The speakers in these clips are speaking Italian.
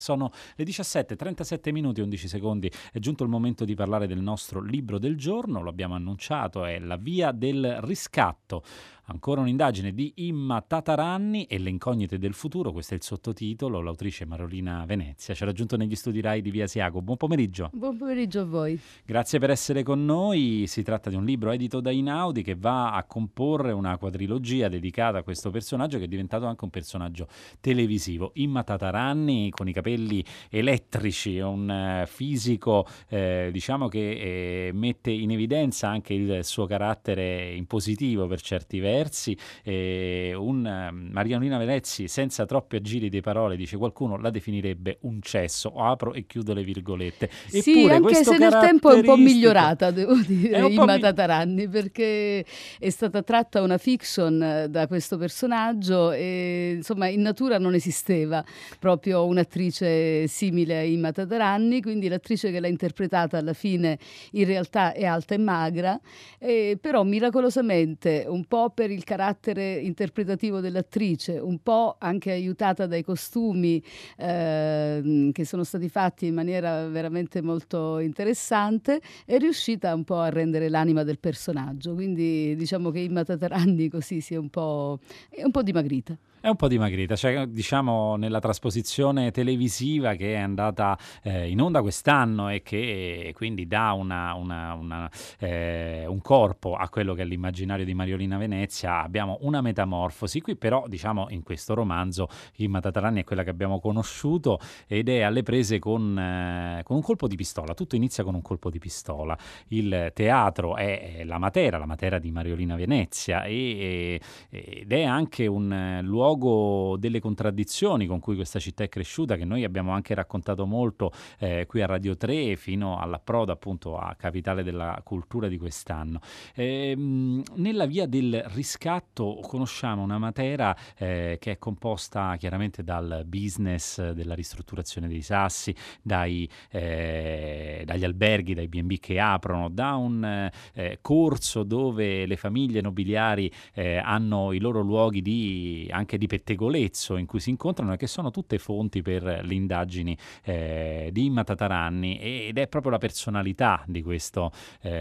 Sono le 17:37 minuti e 11 secondi. È giunto il momento di parlare del nostro libro del giorno, lo abbiamo annunciato, è La via del riscatto. Ancora un'indagine di Imma Tataranni e le incognite del futuro, questo è il sottotitolo, l'autrice Marolina Venezia. Ci ha raggiunto negli studi Rai di Via Asiago. Buon pomeriggio. Buon pomeriggio a voi. Grazie per essere con noi. Si tratta di un libro edito da Einaudi che va a comporre una quadrilogia dedicata a questo personaggio che è diventato anche un personaggio televisivo. Imma Tataranni con i capelli elettrici, un fisico diciamo che mette in evidenza anche il suo carattere impositivo per certi versi. Marianina Venezia senza troppi aggiri di parole dice qualcuno la definirebbe un cesso, apro e chiudo le virgolette. Sì, Eppure anche questo se nel tempo è un po' caratteristico migliorata, devo è dire, un po' Imma Tataranni, perché è stata tratta una fiction da questo personaggio e insomma in natura non esisteva proprio un'attrice simile a Imma Tataranni, quindi l'attrice che l'ha interpretata alla fine in realtà è alta e magra, però miracolosamente un po' per il carattere interpretativo dell'attrice, un po' anche aiutata dai costumi che sono stati fatti in maniera veramente molto interessante, è riuscita un po' a rendere l'anima del personaggio. Quindi diciamo che Imma Tataranni così è un po' dimagrita. È un po' dimagrita, cioè diciamo nella trasposizione televisiva che è andata in onda quest'anno e che quindi dà un corpo a quello che è l'immaginario di Mariolina Venezia, abbiamo una metamorfosi. Qui però diciamo in questo romanzo Imma Tataranni è quella che abbiamo conosciuto ed è alle prese con un colpo di pistola, tutto inizia con un colpo di pistola. Il teatro è la Matera di Mariolina Venezia ed è anche un luogo delle contraddizioni con cui questa città è cresciuta, che noi abbiamo anche raccontato molto qui a Radio 3 fino all'approdo appunto a Capitale della Cultura di quest'anno. Nella via del riscatto conosciamo una Matera che è composta chiaramente dal business della ristrutturazione dei sassi, dagli alberghi, dai B&B che aprono, da un corso dove le famiglie nobiliari hanno i loro luoghi anche di pettegolezzo in cui si incontrano e che sono tutte fonti per le indagini di Imma Tataranni, ed è proprio la personalità di questo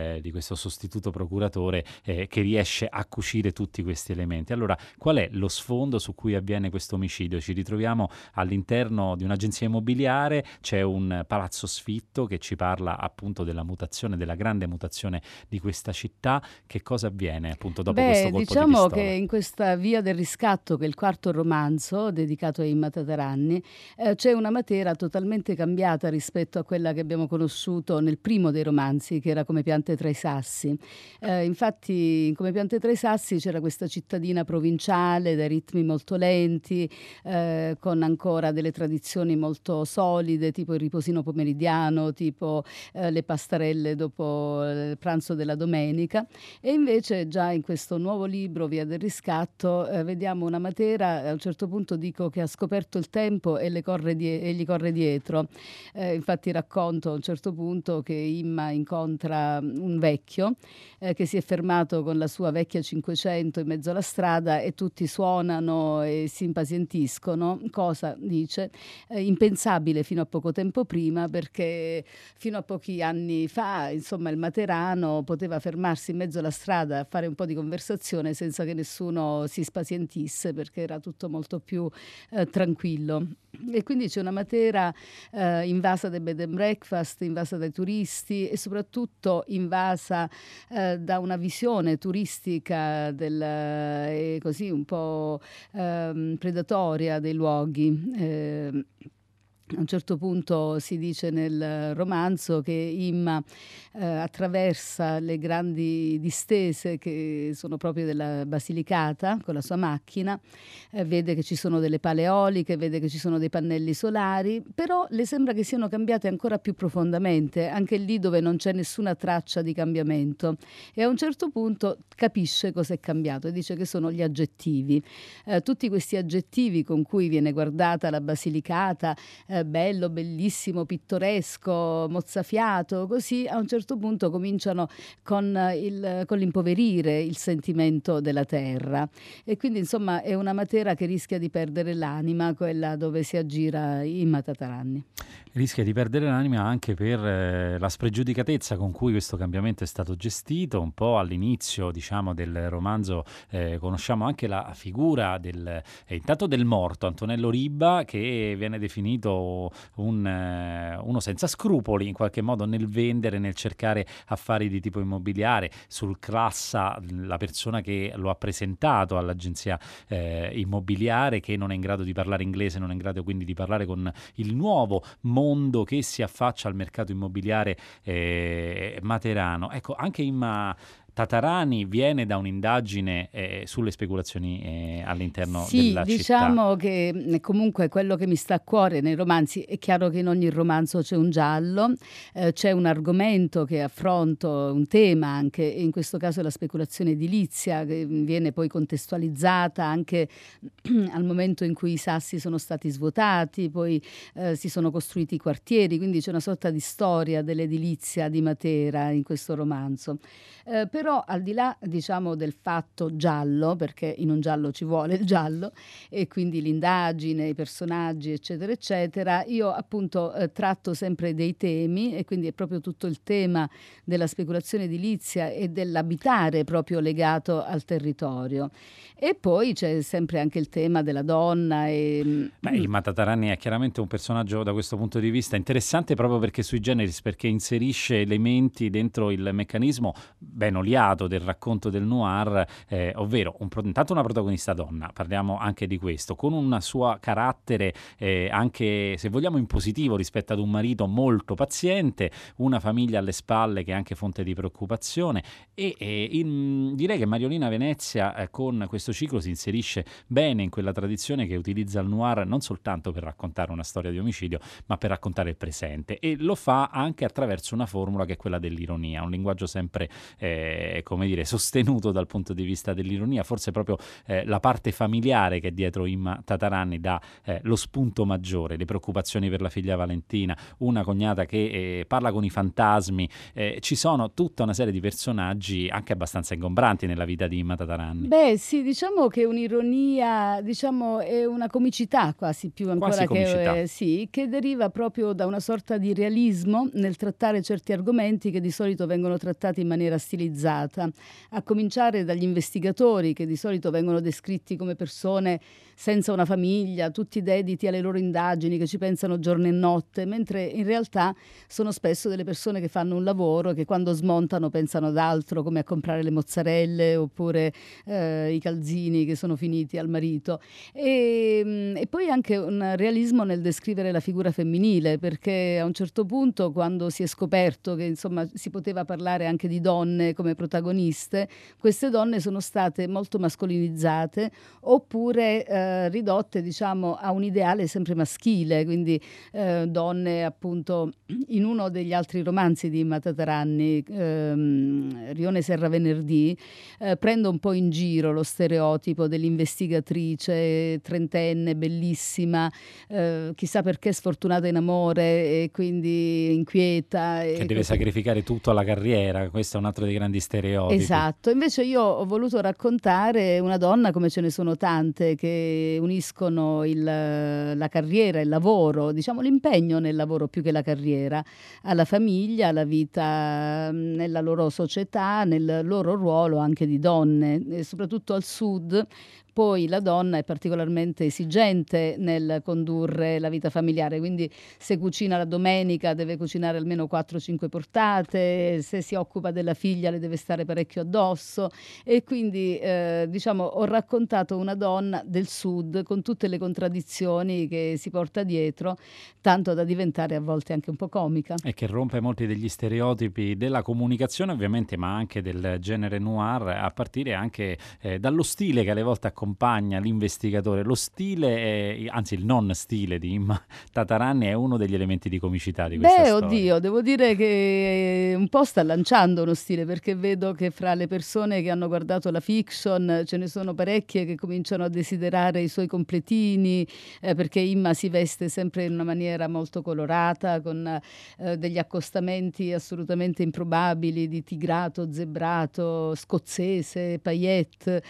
sostituto procuratore che riesce a cucire tutti questi elementi. Allora, qual è lo sfondo su cui avviene questo omicidio? Ci ritroviamo all'interno di un'agenzia immobiliare, c'è un palazzo sfitto che ci parla appunto della mutazione, della grande mutazione di questa città. Che cosa avviene appunto dopo questo Beh, colpo di diciamo che pistola? in questa Via del riscatto, che è il quarto romanzo dedicato a Imma Tataranni, c'è una Matera totalmente cambiata rispetto a quella che abbiamo conosciuto nel primo dei romanzi, che era Come piante tra i sassi. Infatti, in Come piante tra i sassi c'era questa cittadina provinciale dai ritmi molto lenti, con ancora delle tradizioni molto solide, tipo il riposino pomeridiano, tipo le pastarelle dopo il pranzo della domenica. E invece già in questo nuovo libro, Via del riscatto, vediamo una Matera, a un certo punto dico che ha scoperto il tempo e gli corre dietro. Infatti racconto a un certo punto che Imma incontra un vecchio che si è fermato con la sua vecchia 500 in mezzo alla strada e tutti suonano e si impazientiscono, cosa dice impensabile fino a poco tempo prima, perché fino a pochi anni fa, insomma, il materano poteva fermarsi in mezzo alla strada a fare un po' di conversazione senza che nessuno si spazientisse, perché era tutto molto più tranquillo. E quindi c'è una Matera invasa dai bed and breakfast, invasa dai turisti e soprattutto invasa da una visione turistica così un po' predatoria dei luoghi. A un certo punto si dice nel romanzo che Imma attraversa le grandi distese che sono proprio della Basilicata con la sua macchina, vede che ci sono delle pale eoliche, vede che ci sono dei pannelli solari, però le sembra che siano cambiate ancora più profondamente, anche lì dove non c'è nessuna traccia di cambiamento. E a un certo punto capisce cosa è cambiato e dice che sono gli aggettivi. Tutti questi aggettivi con cui viene guardata la Basilicata, bello, bellissimo, pittoresco, mozzafiato, così a un certo punto cominciano con l'impoverire il sentimento della terra. E quindi insomma è una Matera che rischia di perdere l'anima, quella dove si aggira in Matataranni. Rischia di perdere l'anima anche per la spregiudicatezza con cui questo cambiamento è stato gestito. Un po' all'inizio, diciamo, del romanzo conosciamo anche la figura intanto del morto, Antonello Riba, che viene definito uno senza scrupoli in qualche modo nel vendere, nel cercare affari di tipo immobiliare. Sul Classa, la persona che lo ha presentato all'agenzia immobiliare, che non è in grado di parlare inglese, non è in grado quindi di parlare con il nuovo mondo che si affaccia al mercato immobiliare materano. Ecco, anche Imma Tatarani viene da un'indagine sulle speculazioni all'interno della città. Diciamo che comunque quello che mi sta a cuore nei romanzi, è chiaro che in ogni romanzo c'è un giallo, c'è un argomento che affronto, un tema anche, in questo caso la speculazione edilizia, che viene poi contestualizzata anche al momento in cui i sassi sono stati svuotati, poi si sono costruiti i quartieri, quindi c'è una sorta di storia dell'edilizia di Matera in questo romanzo. Però al di là, diciamo, del fatto giallo, perché in un giallo ci vuole il giallo, e quindi l'indagine, i personaggi, eccetera, eccetera, io appunto tratto sempre dei temi, e quindi è proprio tutto il tema della speculazione edilizia e dell'abitare proprio legato al territorio. E poi c'è sempre anche il tema della donna. Imma Tatarani è chiaramente un personaggio da questo punto di vista interessante, proprio perché sui generis, perché inserisce elementi dentro il meccanismo ben oliato del racconto del noir, ovvero intanto una protagonista donna, parliamo anche di questo, con un suo carattere anche, se vogliamo, in positivo rispetto ad un marito molto paziente, una famiglia alle spalle che è anche fonte di preoccupazione, e direi che Mariolina Venezia con questo ciclo si inserisce bene in quella tradizione che utilizza il noir non soltanto per raccontare una storia di omicidio, ma per raccontare il presente, e lo fa anche attraverso una formula che è quella dell'ironia, un linguaggio sempre come dire, sostenuto dal punto di vista dell'ironia. Forse proprio la parte familiare che dietro Imma Tatarani dà lo spunto maggiore, le preoccupazioni per la figlia Valentina, una cognata che parla con i fantasmi, ci sono tutta una serie di personaggi anche abbastanza ingombranti nella vita di Imma Tatarani. Beh sì, diciamo che un'ironia, diciamo è una comicità quasi più ancora Quasi comicità. che deriva proprio da una sorta di realismo nel trattare certi argomenti che di solito vengono trattati in maniera stilizzata, a cominciare dagli investigatori, che di solito vengono descritti come persone senza una famiglia, tutti dediti alle loro indagini, che ci pensano giorno e notte, mentre in realtà sono spesso delle persone che fanno un lavoro, che quando smontano pensano ad altro, come a comprare le mozzarelle oppure i calzini che sono finiti al marito. E poi anche un realismo nel descrivere la figura femminile, perché a un certo punto, quando si è scoperto che insomma si poteva parlare anche di donne come protagoniste, queste donne sono state molto mascolinizzate oppure ridotte, diciamo, a un ideale sempre maschile, quindi donne appunto. In uno degli altri romanzi di Imma Tatarani, Rione Serra Venerdì, prendo un po' in giro lo stereotipo dell'investigatrice trentenne, bellissima, chissà perché sfortunata in amore e quindi inquieta. Che deve sacrificare tutto alla carriera, questo è un altro dei grandi stereotipi. Esatto, invece io ho voluto raccontare una donna, come ce ne sono tante, che uniscono la carriera, il lavoro, diciamo l'impegno nel lavoro più che la carriera, alla famiglia, alla vita nella loro società, nel loro ruolo anche di donne, e soprattutto al sud. Poi la donna è particolarmente esigente nel condurre la vita familiare, quindi se cucina la domenica deve cucinare almeno 4-5 portate, se si occupa della figlia le deve stare parecchio addosso, e quindi diciamo ho raccontato una donna del sud con tutte le contraddizioni che si porta dietro, tanto da diventare a volte anche un po' comica. E che rompe molti degli stereotipi della comunicazione ovviamente, ma anche del genere noir, a partire anche dallo stile che alle volte accompagna l'investigatore. Lo stile, anzi il non stile di Imma Tataranni è uno degli elementi di comicità di questa storia. Oddio, devo dire che un po' sta lanciando uno stile, perché vedo che fra le persone che hanno guardato la fiction ce ne sono parecchie che cominciano a desiderare i suoi completini, perché Imma si veste sempre in una maniera molto colorata, con degli accostamenti assolutamente improbabili di tigrato, zebrato, scozzese, paillette.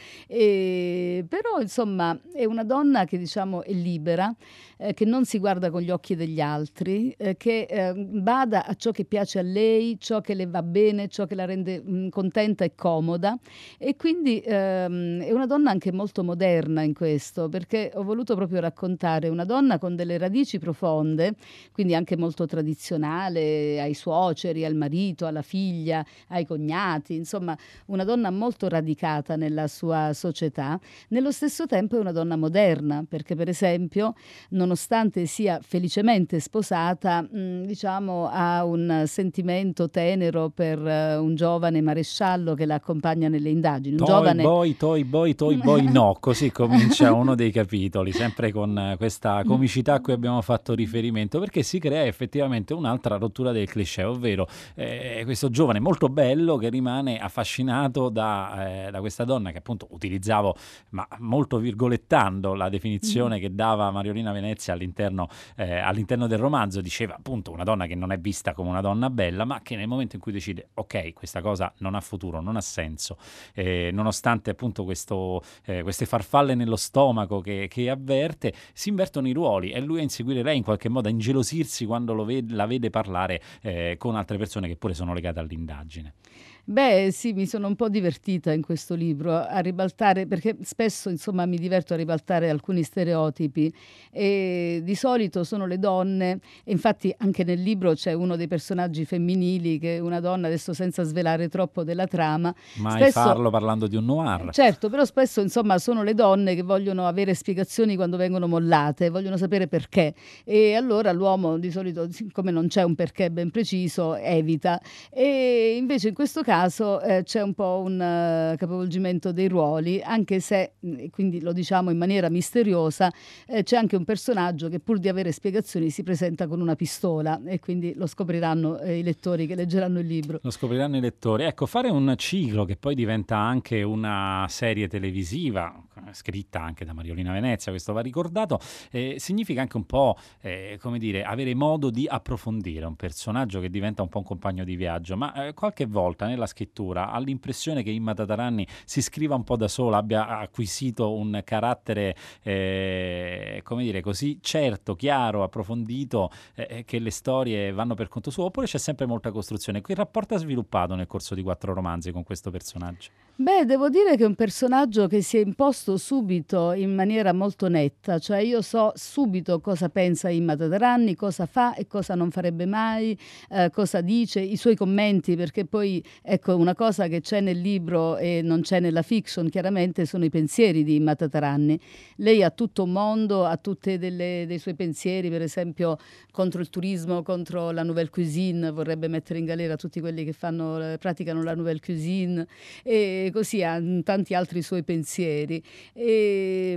Però insomma è una donna che diciamo è libera, che non si guarda con gli occhi degli altri, che bada a ciò che piace a lei, ciò che le va bene, ciò che la rende contenta e comoda, e quindi è una donna anche molto moderna in questo, perché ho voluto proprio raccontare una donna con delle radici profonde, quindi anche molto tradizionale, ai suoceri, al marito, alla figlia, ai cognati, insomma una donna molto radicata nella sua società. Nello stesso tempo è una donna moderna, perché per esempio, nonostante sia felicemente sposata, diciamo ha un sentimento tenero per un giovane maresciallo che la accompagna nelle indagini. Toy boy, no, così comincia uno dei capitoli, sempre con questa comicità a cui abbiamo fatto riferimento, perché si crea effettivamente un'altra rottura del cliché, ovvero questo giovane molto bello che rimane affascinato da questa donna che appunto utilizzavo, ma molto virgolettando la definizione che dava Mariolina Venezia all'interno del romanzo. Diceva appunto una donna che non è vista come una donna bella, ma che nel momento in cui decide ok, questa cosa non ha futuro, non ha senso, nonostante appunto queste farfalle nello stomaco che avverte, si invertono i ruoli e lui a inseguire lei, in qualche modo a ingelosirsi quando la vede parlare con altre persone che pure sono legate all'indagine. Beh, sì, mi sono un po' divertita in questo libro a ribaltare, perché spesso, insomma, mi diverto a ribaltare alcuni stereotipi, e di solito sono le donne, e infatti anche nel libro c'è uno dei personaggi femminili che è una donna, adesso senza svelare troppo della trama. Mai farlo parlando di un noir. Certo, però spesso, insomma, sono le donne che vogliono avere spiegazioni quando vengono mollate, vogliono sapere perché, e allora l'uomo di solito, siccome non c'è un perché ben preciso, evita. E invece in questo caso c'è un po' un capovolgimento dei ruoli, anche se, quindi lo diciamo in maniera misteriosa, c'è anche un personaggio che pur di avere spiegazioni si presenta con una pistola, e quindi lo scopriranno i lettori che leggeranno il libro. Lo scopriranno i lettori. Ecco, fare un ciclo che poi diventa anche una serie televisiva, scritta anche da Mariolina Venezia, questo va ricordato, significa anche un po', come dire, avere modo di approfondire un personaggio che diventa un po' un compagno di viaggio, ma qualche volta nella scrittura ha l'impressione che Imma Tataranni si scriva un po' da sola, abbia acquisito un carattere, come dire, così certo, chiaro, approfondito, che le storie vanno per conto suo, oppure c'è sempre molta costruzione? Che rapporto ha sviluppato nel corso di 4 romanzi con questo personaggio? Beh, devo dire che è un personaggio che si è imposto subito in maniera molto netta, cioè io so subito cosa pensa Imma Tataranni, cosa fa e cosa non farebbe mai, cosa dice, i suoi commenti, perché poi ecco una cosa che c'è nel libro e non c'è nella fiction chiaramente sono i pensieri di Imma Tataranni. Lei ha tutto un mondo, ha tutti dei suoi pensieri, per esempio contro il turismo, contro la nouvelle cuisine, vorrebbe mettere in galera tutti quelli che praticano la nouvelle cuisine, e così ha tanti altri suoi pensieri. È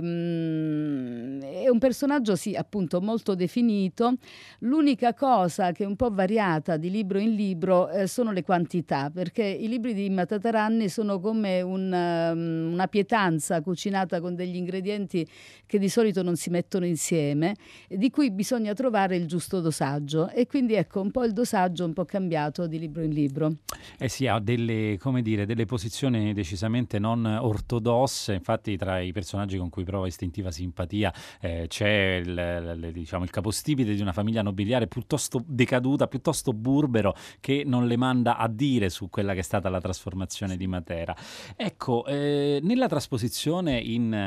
un personaggio, sì, appunto molto definito. L'unica cosa che è un po' variata di libro in libro sono le quantità, perché i libri di Imma Tataranni sono come una pietanza cucinata con degli ingredienti che di solito non si mettono insieme, di cui bisogna trovare il giusto dosaggio, e quindi ecco un po' il dosaggio un po' cambiato di libro in libro. Si ha delle, come dire, delle posizioni decisamente non ortodosse. Infatti tra i personaggi con cui prova istintiva simpatia c'è diciamo, il capostipite di una famiglia nobiliare piuttosto decaduta, piuttosto burbero, che non le manda a dire su quella che è stata la trasformazione di Matera. Ecco, nella trasposizione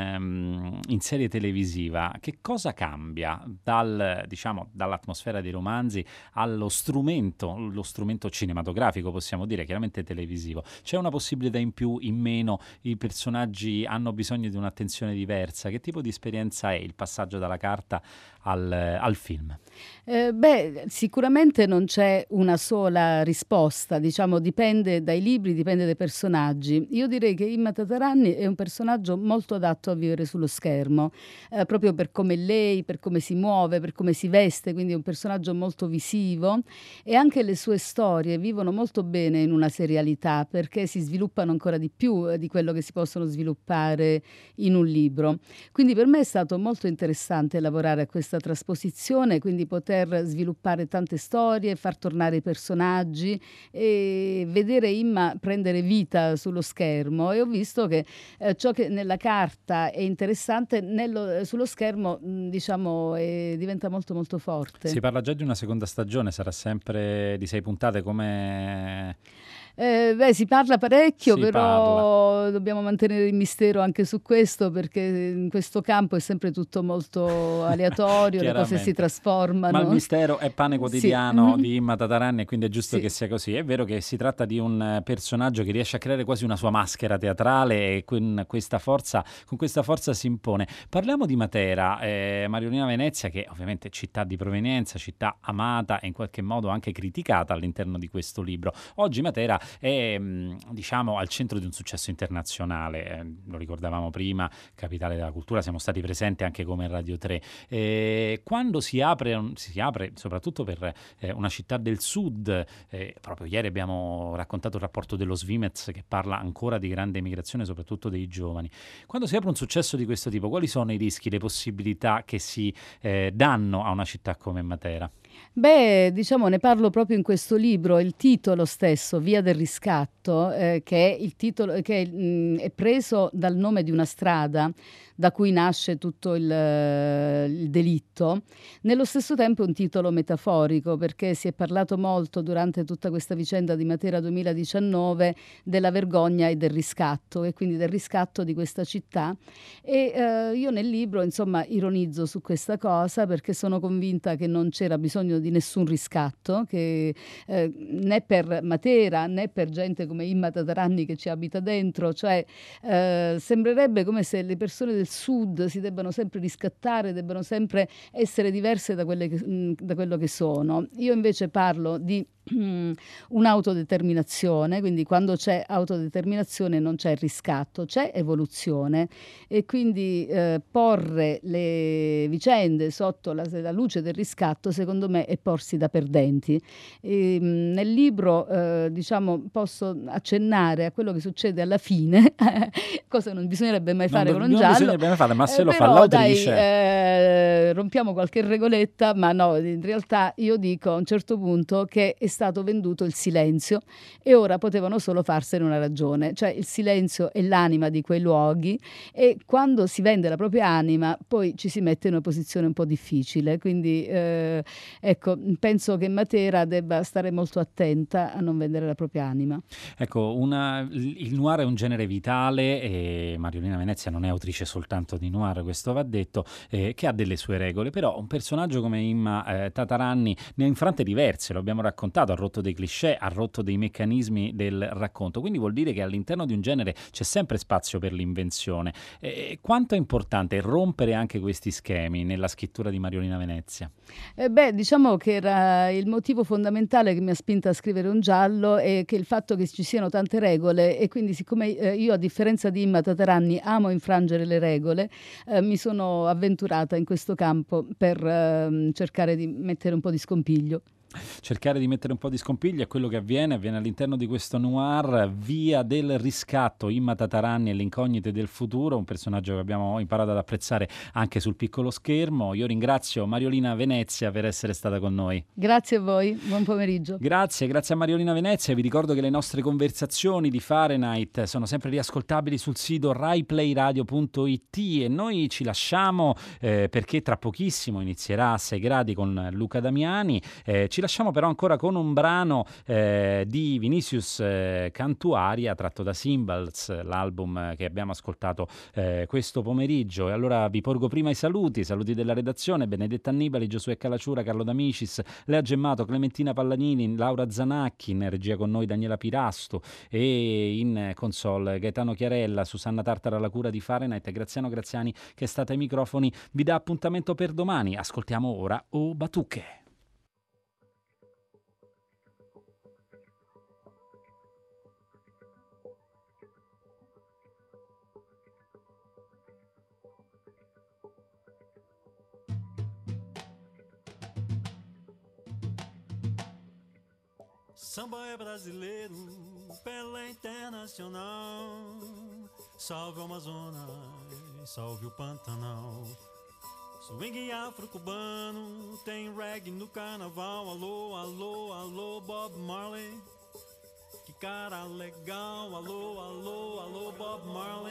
in serie televisiva, che cosa cambia dall'atmosfera dei romanzi allo lo strumento cinematografico, possiamo dire, chiaramente televisivo? C'è una possibilità in più, in meno? I personaggi hanno bisogno di un'attenzione diversa? Che tipo di esperienza è il passaggio dalla carta al film? Sicuramente non c'è una sola risposta, diciamo, dipende dipende dai libri, dipende dai personaggi. Io direi che Imma Tatarani è un personaggio molto adatto a vivere sullo schermo, proprio per come è lei, per come si muove, per come si veste, quindi è un personaggio molto visivo, e anche le sue storie vivono molto bene in una serialità perché si sviluppano ancora di più di quello che si possono sviluppare in un libro. Quindi per me è stato molto interessante lavorare a questa trasposizione, quindi poter sviluppare tante storie, far tornare i personaggi e vedere Imma prendere vita sullo schermo, e ho visto che ciò che nella carta è interessante sullo schermo, diciamo, diventa molto molto forte. Si parla già di una seconda stagione, sarà sempre di 6 puntate come... Si parla parecchio, Si però dobbiamo mantenere il mistero anche su questo, perché in questo campo è sempre tutto molto aleatorio, le cose si Chiaramente. trasformano. Ma il mistero è pane Sì. quotidiano di Imma Tatarani, e quindi è giusto Sì. che sia così. È vero che si tratta di un personaggio che riesce a creare quasi una sua maschera teatrale, e con questa forza si impone. Parliamo di Matera, Mariolina Venezia, che ovviamente è città di provenienza, città amata e in qualche modo anche criticata all'interno di questo libro. Oggi Matera è, diciamo, al centro di un successo internazionale, lo ricordavamo prima, capitale della cultura, siamo stati presenti anche come Radio 3. Quando si apre soprattutto per una città del sud, proprio ieri abbiamo raccontato il rapporto dello Svimez che parla ancora di grande emigrazione, soprattutto dei giovani. Quando si apre un successo di questo tipo, quali sono i rischi, le possibilità che si danno a una città come Matera? Beh, diciamo, ne parlo proprio in questo libro. Il titolo stesso, Via del Riscatto, che è il titolo che è preso dal nome di una strada da cui nasce tutto il delitto. Nello stesso tempo è un titolo metaforico, perché si è parlato molto durante tutta questa vicenda di Matera 2019 della vergogna e del riscatto, e quindi del riscatto di questa città. E io nel libro, insomma, ironizzo su questa cosa, perché sono convinta che non c'era bisogno di nessun riscatto, che né per Matera né per gente come Imma Tatarani che ci abita dentro, cioè sembrerebbe come se le persone del sud si debbano sempre riscattare, debbano sempre essere diverse da quello che sono. Io invece parlo di un'autodeterminazione, quindi quando c'è autodeterminazione non c'è riscatto, c'è evoluzione, e quindi porre le vicende sotto la luce del riscatto, secondo me, è porsi da perdenti. Nel libro diciamo, posso accennare a quello che succede alla fine, cosa non bisognerebbe mai fare con un giallo. Non bisognerebbe mai fare, ma se lo fa però, l'autrice... dai, rompiamo qualche regoletta, ma no, in realtà io dico a un certo punto che è stato venduto il silenzio, e ora potevano solo farsene una ragione, cioè il silenzio è l'anima di quei luoghi, e quando si vende la propria anima poi ci si mette in una posizione un po' difficile, quindi ecco, penso che Matera debba stare molto attenta a non vendere la propria anima. Ecco, il noir è un genere vitale, e Mariolina Venezia non è autrice soltanto di noir, questo va detto, che ha delle sue regole, però un personaggio come Imma Tatarani ne ha infrante diverse, lo abbiamo raccontato, ha rotto dei cliché, ha rotto dei meccanismi del racconto, quindi vuol dire che all'interno di un genere c'è sempre spazio per l'invenzione. Quanto è importante rompere anche questi schemi nella scrittura di Mariolina Venezia? Diciamo che era il motivo fondamentale che mi ha spinta a scrivere un giallo, e che il fatto che ci siano tante regole, e quindi siccome io, a differenza di Imma Tatarani, amo infrangere le regole, mi sono avventurata in questo campo per cercare di mettere un po' di scompiglio. Cercare di mettere un po' di scompiglio è quello che avviene all'interno di questo noir, Via del Riscatto, Imma Tatarani e le incognite del futuro, un personaggio che abbiamo imparato ad apprezzare anche sul piccolo schermo. Io ringrazio Mariolina Venezia per essere stata con noi. Grazie a voi, buon pomeriggio. Grazie a Mariolina Venezia. Vi ricordo che le nostre conversazioni di Fahrenheit sono sempre riascoltabili sul sito raiplayradio.it, e noi ci lasciamo perché tra pochissimo inizierà a 6 gradi con Luca Damiani. Ci lasciamo però ancora con un brano di Vinicius Cantuaria, tratto da Cymbals, l'album che abbiamo ascoltato questo pomeriggio. E allora vi porgo prima i saluti della redazione: Benedetta Annibali, Giosuè Calacciura, Carlo D'Amicis, Lea Gemmato, Clementina Pallanini, Laura Zanacchi, in regia con noi Daniela Pirasto, e in console Gaetano Chiarella, Susanna Tartara alla cura di Fahrenheit, e Graziano Graziani che è stata ai microfoni. Vi dà appuntamento per domani. Ascoltiamo ora O Batuche. Samba é brasileiro, Pelé internacional. Salve o Amazonas, salve o Pantanal. Swing afro-cubano, tem reggae no carnaval. Alô, alô, alô, Bob Marley. Que cara legal, alô, alô, alô, Bob Marley.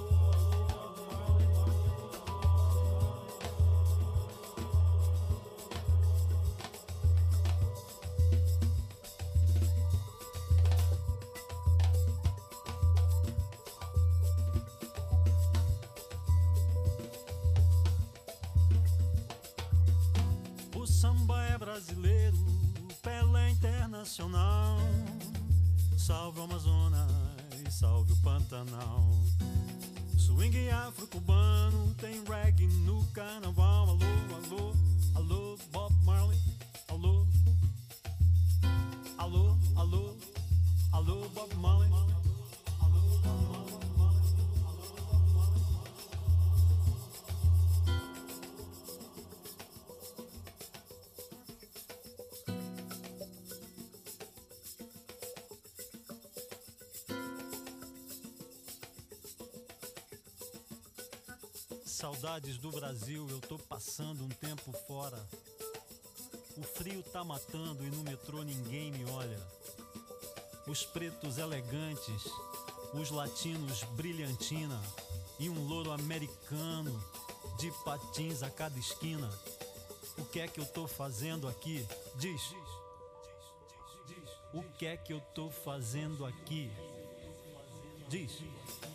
O samba é brasileiro, Pelé internacional. Salve o Amazonas, salve o Pantanal. Swing afro-cubano, tem reggae no carnaval. Alô, alô, alô, Bob Marley. Alô, alô, alô, alô, Bob Marley. Saudades do Brasil, eu tô passando um tempo fora. O frio tá matando e no metrô ninguém me olha. Os pretos elegantes, os latinos brilhantina e um louro americano de patins a cada esquina. O que é que eu tô fazendo aqui? Diz. O que é que eu tô fazendo aqui? Diz.